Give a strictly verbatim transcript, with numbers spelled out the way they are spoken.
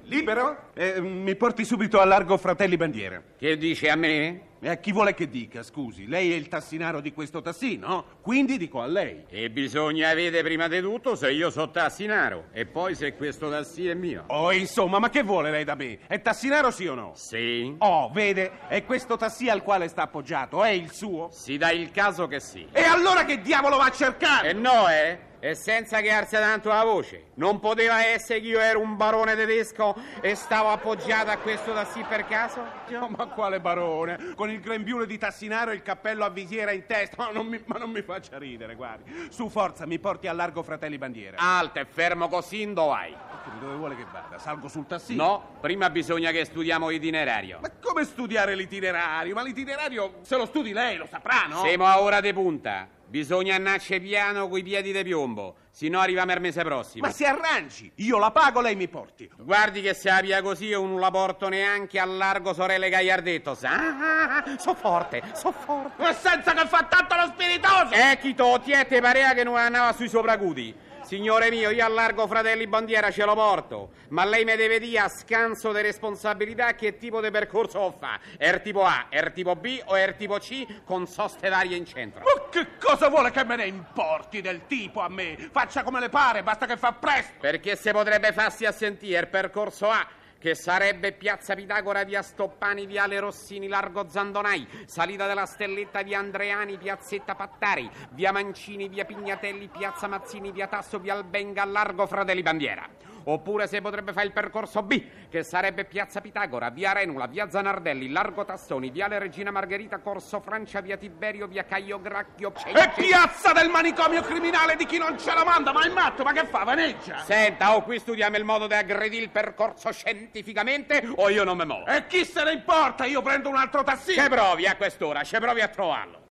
Libero? Eh, mi porti subito a Largo Fratelli Bandiera. Che dice a me? E a chi vuole che dica, scusi? Lei è il tassinaro di questo tassi, no? Quindi dico a lei. E bisogna vedere prima di tutto se io so tassinaro e poi se questo tassi è mio. Oh, insomma, ma che vuole lei da me? È tassinaro sì o no? Sì. Oh, vede? È questo tassi al quale sta appoggiato, è il suo? Si dà il caso che sì. E allora che diavolo va a cercare? E no, eh? E senza che alza tanto la voce. Non poteva essere che io ero un barone tedesco e stavo appoggiato a questo tassi per caso? No, ma quale barone? Con il grembiule di tassinaro e il cappello a visiera in testa. Ma non mi, ma non mi faccia ridere, guardi. Su, forza, mi porti a Largo Fratelli Bandiera. Alto e fermo così, dove vai? Dove vuole che vada? Salgo sul tassi? No, prima bisogna che studiamo l'itinerario. Ma come studiare l'itinerario? Ma l'itinerario se lo studi lei, lo saprà, no? Siamo a ora di punta. Bisogna annarci piano coi piedi di piombo, se no arriviamo al mese prossimo. Ma si arrangi, io la pago, lei mi porti. Guardi che se la via così io non la porto neanche a Largo Sorelle Gagliardetto. Ah, so forte, so forte. Ma senza che fa tanto lo spiritoso! Eh, chi to, tiete parea che non andava sui sopracuti. Signore mio, io a Largo Fratelli Bandiera ce lo porto, ma lei mi deve dire a scanso di responsabilità che tipo di percorso lo fa. Er tipo A, er tipo B o er tipo C con soste varie in centro. Ma che cosa vuole che me ne importi del tipo a me? Faccia come le pare, basta che fa presto. Perché se potrebbe farsi a sentire il percorso A, che sarebbe Piazza Pitagora, via Stoppani, viale Rossini, Largo Zandonai, salita della Stelletta, via Andreani, piazzetta Pattari, via Mancini, via Pignatelli, piazza Mazzini, via Tasso, via Albenga, Largo Fratelli Bandiera. Oppure se potrebbe fare il percorso B, che sarebbe Piazza Pitagora, via Renula, via Zanardelli, Largo Tassoni, viale Regina Margherita, Corso Francia, via Tiberio, via Caio Gracchio, E piazza del manicomio criminale di chi non ce la manda, ma è matto, ma che fa, vaneggia? Senta, o qui studiamo il modo di aggredire il percorso scientificamente o io non me muovo. E chi se ne importa, io prendo un altro tassino. Ci provi a quest'ora, ci provi a trovarlo.